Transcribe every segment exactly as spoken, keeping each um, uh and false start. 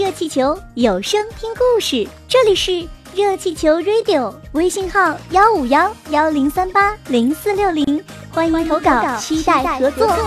热气球有声听故事，这里是热气球 Radio， 微信号幺五幺幺零三八零四六零，欢迎投稿，期待合作。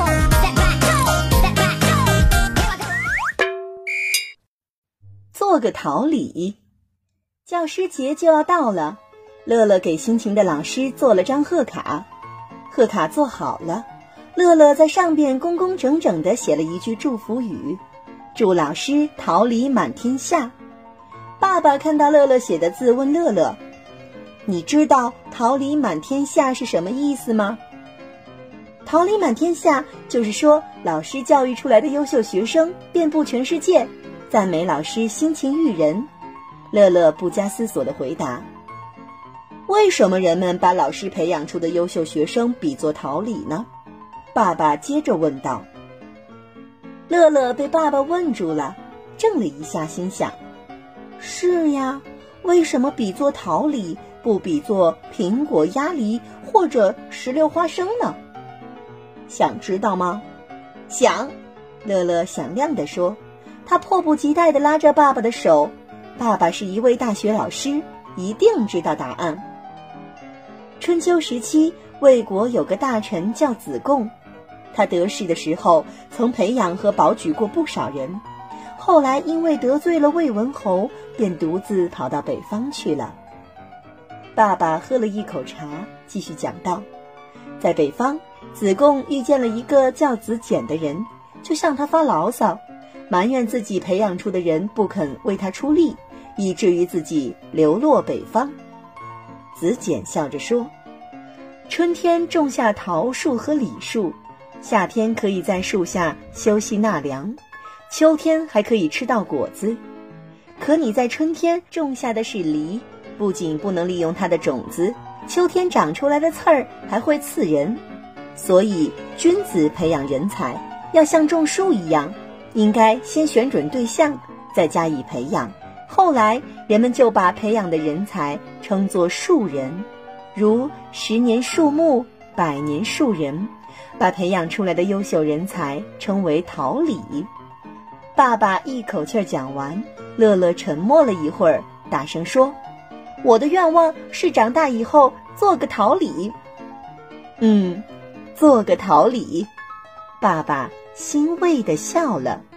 做个桃李。教师节就要到了，乐乐给辛勤的老师做了张贺卡。贺卡做好了，乐乐在上边工工整整地写了一句祝福语，祝老师桃李满天下。爸爸看到乐乐写的字，问乐乐：你知道桃李满天下是什么意思吗？桃李满天下就是说，老师教育出来的优秀学生遍布全世界，赞美老师辛勤育人。乐乐不加思索地回答：为什么人们把老师培养出的优秀学生比作桃李呢？爸爸接着问道。乐乐被爸爸问住了，怔了一下，心想：是呀，为什么比作桃李，不比作苹果、鸭梨或者石榴花生呢？想知道吗？想，乐乐响亮地说。他迫不及待地拉着爸爸的手，爸爸是一位大学老师，一定知道答案。春秋时期，魏国有个大臣叫子贡，他得势的时候曾培养和保举过不少人，后来因为得罪了魏文侯，便独自跑到北方去了。爸爸喝了一口茶，继续讲道：在北方，子贡遇见了一个叫子简的人，就向他发牢骚，埋怨自己培养出的人不肯为他出力，以至于自己流落北方。子简笑着说：春天种下桃树和李树，夏天可以在树下休息纳凉，秋天还可以吃到果子。可你在春天种下的是梨，不仅不能利用它的种子，秋天长出来的刺儿还会刺人。所以君子培养人才要像种树一样，应该先选准对象，再加以培养，后来人们就把培养的人才称作树人，如十年树木，百年树人，把培养出来的优秀人才称为桃李。爸爸一口气讲完，乐乐沉默了一会儿，大声说：我的愿望是长大以后做个桃李。嗯，做个桃李。爸爸欣慰地笑了。